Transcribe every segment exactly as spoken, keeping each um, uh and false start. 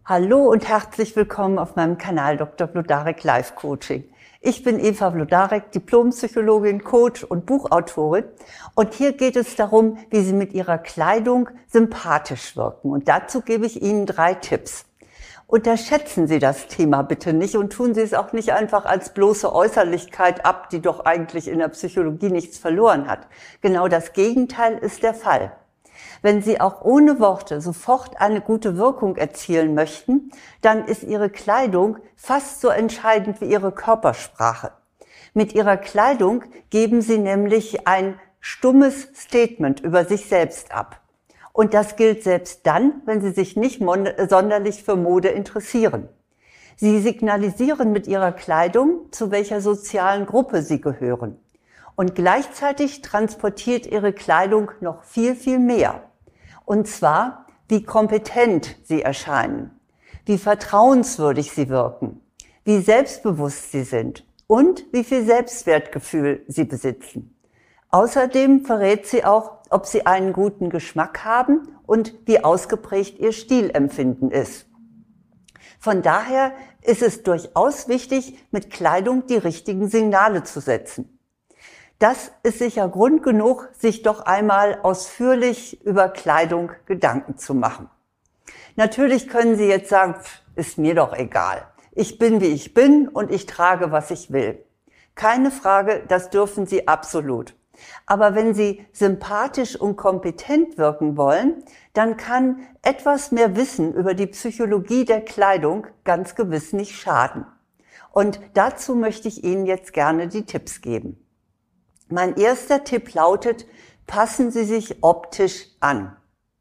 Hallo und herzlich willkommen auf meinem Kanal Doktor Vlodarek Life Coaching. Ich bin Eva Vlodarek, Diplompsychologin, Coach und Buchautorin. Und hier geht es darum, wie Sie mit Ihrer Kleidung sympathisch wirken. Und dazu gebe ich Ihnen drei Tipps. Unterschätzen Sie das Thema bitte nicht und tun Sie es auch nicht einfach als bloße Äußerlichkeit ab, die doch eigentlich in der Psychologie nichts verloren hat. Genau das Gegenteil ist der Fall. Wenn Sie auch ohne Worte sofort eine gute Wirkung erzielen möchten, dann ist Ihre Kleidung fast so entscheidend wie Ihre Körpersprache. Mit Ihrer Kleidung geben Sie nämlich ein stummes Statement über sich selbst ab. Und das gilt selbst dann, wenn Sie sich nicht sonderlich für Mode interessieren. Sie signalisieren mit Ihrer Kleidung, zu welcher sozialen Gruppe Sie gehören. Und gleichzeitig transportiert Ihre Kleidung noch viel, viel mehr. Und zwar, wie kompetent Sie erscheinen, wie vertrauenswürdig Sie wirken, wie selbstbewusst Sie sind und wie viel Selbstwertgefühl Sie besitzen. Außerdem verrät sie auch, ob Sie einen guten Geschmack haben und wie ausgeprägt Ihr Stilempfinden ist. Von daher ist es durchaus wichtig, mit Kleidung die richtigen Signale zu setzen. Das ist sicher Grund genug, sich doch einmal ausführlich über Kleidung Gedanken zu machen. Natürlich können Sie jetzt sagen, ist mir doch egal. Ich bin, wie ich bin und ich trage, was ich will. Keine Frage, das dürfen Sie absolut. Aber wenn Sie sympathisch und kompetent wirken wollen, dann kann etwas mehr Wissen über die Psychologie der Kleidung ganz gewiss nicht schaden. Und dazu möchte ich Ihnen jetzt gerne die Tipps geben. Mein erster Tipp lautet, passen Sie sich optisch an.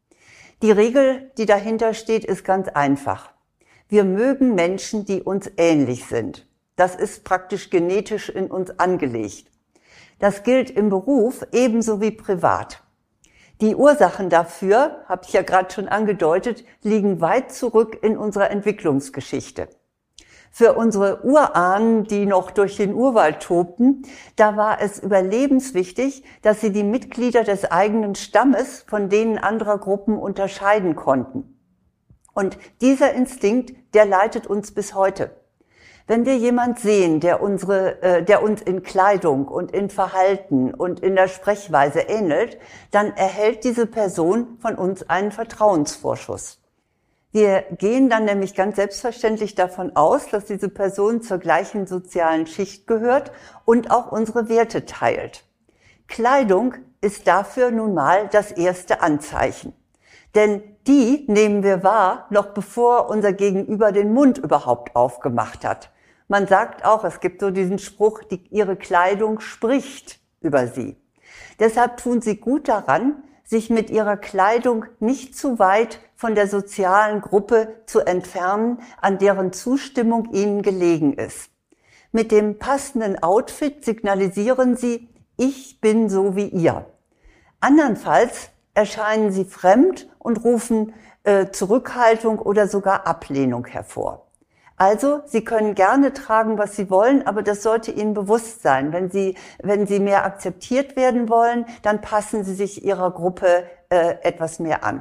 Die Regel, die dahinter steht, ist ganz einfach. Wir mögen Menschen, die uns ähnlich sind. Das ist praktisch genetisch in uns angelegt. Das gilt im Beruf ebenso wie privat. Die Ursachen dafür, habe ich ja gerade schon angedeutet, liegen weit zurück in unserer Entwicklungsgeschichte. Für unsere Urahnen, die noch durch den Urwald tobten, da war es überlebenswichtig, dass sie die Mitglieder des eigenen Stammes von denen anderer Gruppen unterscheiden konnten. Und dieser Instinkt, der leitet uns bis heute. Wenn wir jemand sehen, der unsere, äh, der uns in Kleidung und in Verhalten und in der Sprechweise ähnelt, dann erhält diese Person von uns einen Vertrauensvorschuss. Wir gehen dann nämlich ganz selbstverständlich davon aus, dass diese Person zur gleichen sozialen Schicht gehört und auch unsere Werte teilt. Kleidung ist dafür nun mal das erste Anzeichen. Denn die nehmen wir wahr, noch bevor unser Gegenüber den Mund überhaupt aufgemacht hat. Man sagt auch, es gibt so diesen Spruch, die, ihre Kleidung spricht über sie. Deshalb tun Sie gut daran, sich mit Ihrer Kleidung nicht zu weit von der sozialen Gruppe zu entfernen, an deren Zustimmung Ihnen gelegen ist. Mit dem passenden Outfit signalisieren Sie, ich bin so wie ihr. Andernfalls erscheinen Sie fremd und rufen äh, Zurückhaltung oder sogar Ablehnung hervor. Also, Sie können gerne tragen, was Sie wollen, aber das sollte Ihnen bewusst sein. Wenn Sie, wenn Sie mehr akzeptiert werden wollen, dann passen Sie sich Ihrer Gruppe äh, etwas mehr an.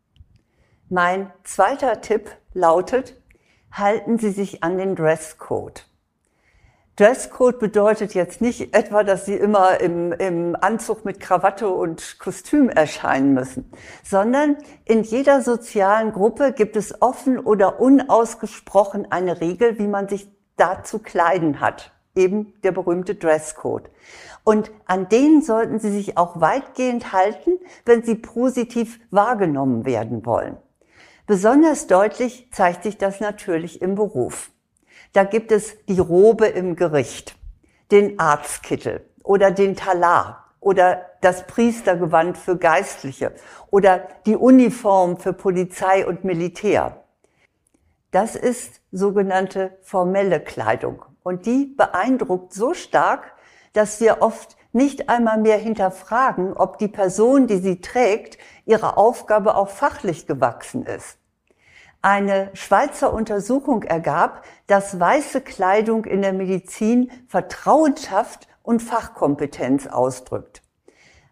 Mein zweiter Tipp lautet, halten Sie sich an den Dresscode. Dresscode bedeutet jetzt nicht etwa, dass Sie immer im, im Anzug mit Krawatte und Kostüm erscheinen müssen, sondern in jeder sozialen Gruppe gibt es offen oder unausgesprochen eine Regel, wie man sich da zu kleiden hat. Eben der berühmte Dresscode. Und an denen sollten Sie sich auch weitgehend halten, wenn Sie positiv wahrgenommen werden wollen. Besonders deutlich zeigt sich das natürlich im Beruf. Da gibt es die Robe im Gericht, den Arztkittel oder den Talar oder das Priestergewand für Geistliche oder die Uniform für Polizei und Militär. Das ist sogenannte formelle Kleidung und die beeindruckt so stark, dass wir oft nicht einmal mehr hinterfragen, ob die Person, die sie trägt, ihrer Aufgabe auch fachlich gewachsen ist. Eine Schweizer Untersuchung ergab, dass weiße Kleidung in der Medizin Vertrauenschaft und Fachkompetenz ausdrückt.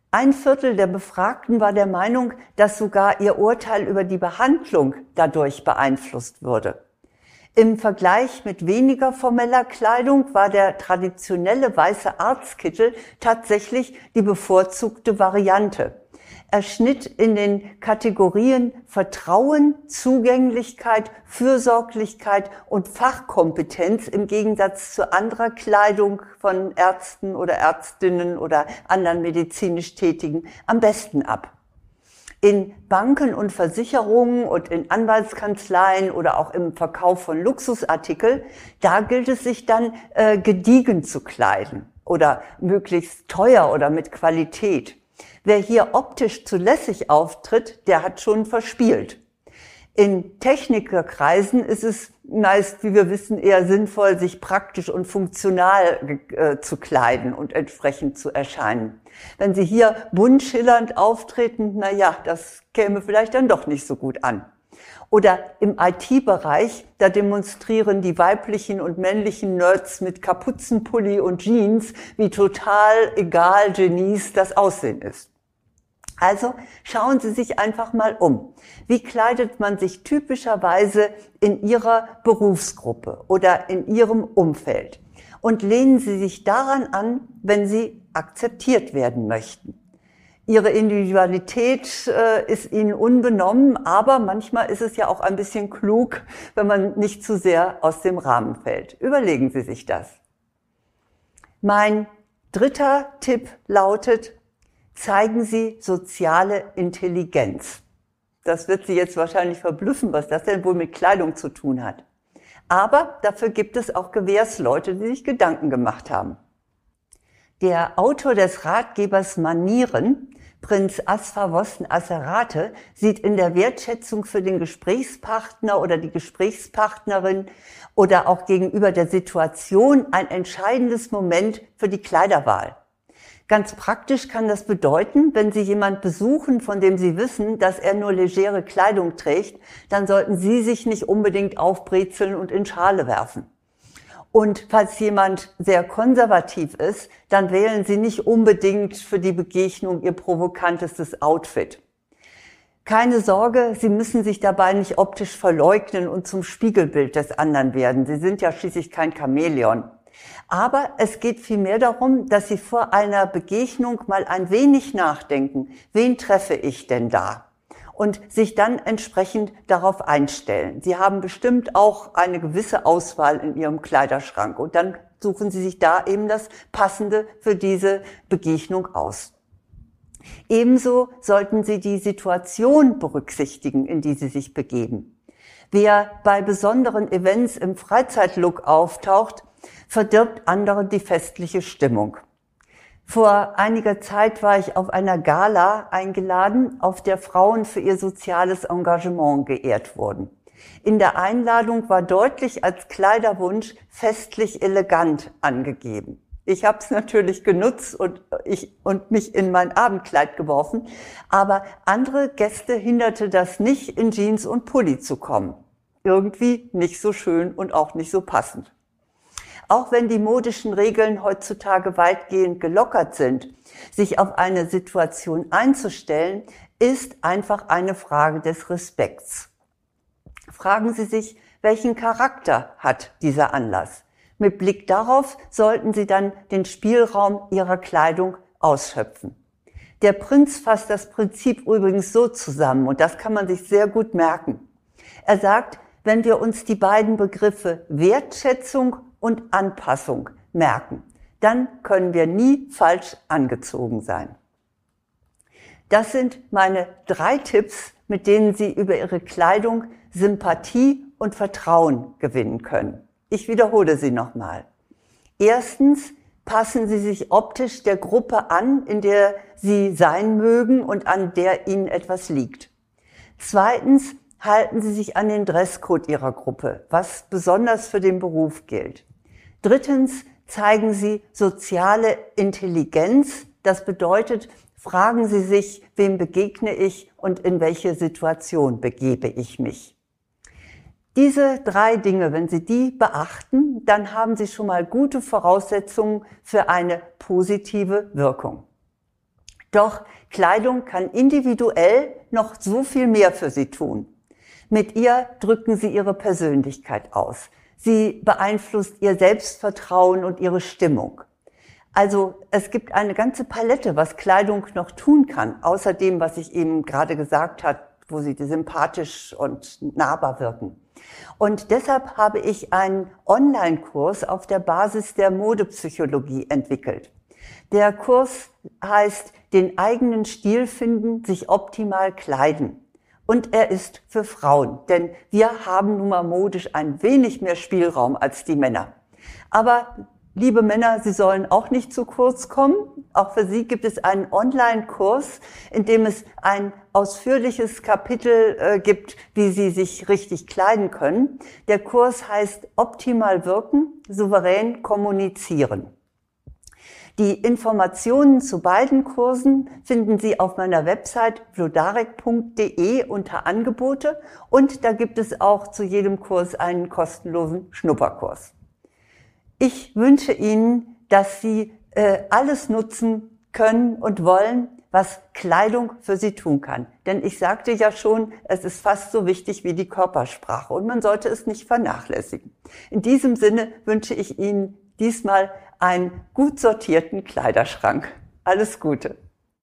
Ein Viertel der Befragten war der Meinung, dass sogar ihr Urteil über die Behandlung dadurch beeinflusst würde. Im Vergleich mit weniger formeller Kleidung war der traditionelle weiße Arztkittel tatsächlich die bevorzugte Variante. Er schnitt in den Kategorien Vertrauen, Zugänglichkeit, Fürsorglichkeit und Fachkompetenz im Gegensatz zu anderer Kleidung von Ärzten oder Ärztinnen oder anderen medizinisch Tätigen am besten ab. In Banken und Versicherungen und in Anwaltskanzleien oder auch im Verkauf von Luxusartikeln, da gilt es sich dann äh, gediegen zu kleiden oder möglichst teuer oder mit Qualität. Wer hier optisch zu lässig auftritt, der hat schon verspielt. In Technikerkreisen ist es meist, wie wir wissen, eher sinnvoll, sich praktisch und funktional äh, zu kleiden und entsprechend zu erscheinen. Wenn Sie hier bunt schillernd auftreten, na ja, das käme vielleicht dann doch nicht so gut an. Oder im I T-Bereich, da demonstrieren die weiblichen und männlichen Nerds mit Kapuzenpulli und Jeans, wie total egal Genies das Aussehen ist. Also schauen Sie sich einfach mal um. Wie kleidet man sich typischerweise in Ihrer Berufsgruppe oder in Ihrem Umfeld? Und lehnen Sie sich daran an, wenn Sie akzeptiert werden möchten. Ihre Individualität äh, ist Ihnen unbenommen, aber manchmal ist es ja auch ein bisschen klug, wenn man nicht zu sehr aus dem Rahmen fällt. Überlegen Sie sich das. Mein dritter Tipp lautet: Zeigen Sie soziale Intelligenz. Das wird Sie jetzt wahrscheinlich verblüffen, was das denn wohl mit Kleidung zu tun hat. Aber dafür gibt es auch Gewährsleute, die sich Gedanken gemacht haben. Der Autor des Ratgebers Manieren, Prinz Asfawossen Asserate, sieht in der Wertschätzung für den Gesprächspartner oder die Gesprächspartnerin oder auch gegenüber der Situation ein entscheidendes Moment für die Kleiderwahl. Ganz praktisch kann das bedeuten, wenn Sie jemand besuchen, von dem Sie wissen, dass er nur legere Kleidung trägt, dann sollten Sie sich nicht unbedingt aufbrezeln und in Schale werfen. Und falls jemand sehr konservativ ist, dann wählen Sie nicht unbedingt für die Begegnung Ihr provokantestes Outfit. Keine Sorge, Sie müssen sich dabei nicht optisch verleugnen und zum Spiegelbild des anderen werden. Sie sind ja schließlich kein Chamäleon. Aber es geht vielmehr darum, dass Sie vor einer Begegnung mal ein wenig nachdenken, wen treffe ich denn da? Und sich dann entsprechend darauf einstellen. Sie haben bestimmt auch eine gewisse Auswahl in Ihrem Kleiderschrank und dann suchen Sie sich da eben das Passende für diese Begegnung aus. Ebenso sollten Sie die Situation berücksichtigen, in die Sie sich begeben. Wer bei besonderen Events im Freizeitlook auftaucht, verdirbt anderen die festliche Stimmung. Vor einiger Zeit war ich auf einer Gala eingeladen, auf der Frauen für ihr soziales Engagement geehrt wurden. In der Einladung war deutlich als Kleiderwunsch festlich elegant angegeben. Ich habe es natürlich genutzt und, ich, und mich in mein Abendkleid geworfen, aber andere Gäste hinderte das nicht, in Jeans und Pulli zu kommen. Irgendwie nicht so schön und auch nicht so passend. Auch wenn die modischen Regeln heutzutage weitgehend gelockert sind, sich auf eine Situation einzustellen, ist einfach eine Frage des Respekts. Fragen Sie sich, welchen Charakter hat dieser Anlass? Mit Blick darauf sollten Sie dann den Spielraum Ihrer Kleidung ausschöpfen. Der Prinz fasst das Prinzip übrigens so zusammen, und das kann man sich sehr gut merken. Er sagt, wenn wir uns die beiden Begriffe Wertschätzung und Anpassung merken, dann können wir nie falsch angezogen sein. Das sind meine drei Tipps, mit denen Sie über Ihre Kleidung Sympathie und Vertrauen gewinnen können. Ich wiederhole sie nochmal. Erstens, passen Sie sich optisch der Gruppe an, in der Sie sein mögen und an der Ihnen etwas liegt. Zweitens, halten Sie sich an den Dresscode Ihrer Gruppe, was besonders für den Beruf gilt. Drittens, zeigen Sie soziale Intelligenz. Das bedeutet, fragen Sie sich, wem begegne ich und in welche Situation begebe ich mich. Diese drei Dinge, wenn Sie die beachten, dann haben Sie schon mal gute Voraussetzungen für eine positive Wirkung. Doch Kleidung kann individuell noch so viel mehr für Sie tun. Mit ihr drücken Sie Ihre Persönlichkeit aus. Sie beeinflusst Ihr Selbstvertrauen und Ihre Stimmung. Also es gibt eine ganze Palette, was Kleidung noch tun kann, außer dem, was ich eben gerade gesagt habe, wo sie sympathisch und nahbar wirken. Und deshalb habe ich einen Online-Kurs auf der Basis der Modepsychologie entwickelt. Der Kurs heißt Den eigenen Stil finden, sich optimal kleiden. Und er ist für Frauen, denn wir haben nun mal modisch ein wenig mehr Spielraum als die Männer. Aber liebe Männer, Sie sollen auch nicht zu kurz kommen. Auch für Sie gibt es einen Online-Kurs, in dem es ein ausführliches Kapitel äh, gibt, wie Sie sich richtig kleiden können. Der Kurs heißt Optimal wirken, souverän kommunizieren. Die Informationen zu beiden Kursen finden Sie auf meiner Website vlodarek punkt de unter Angebote und da gibt es auch zu jedem Kurs einen kostenlosen Schnupperkurs. Ich wünsche Ihnen, dass Sie äh, alles nutzen können und wollen, was Kleidung für Sie tun kann. Denn ich sagte ja schon, es ist fast so wichtig wie die Körpersprache und man sollte es nicht vernachlässigen. In diesem Sinne wünsche ich Ihnen diesmal einen gut sortierten Kleiderschrank. Alles Gute.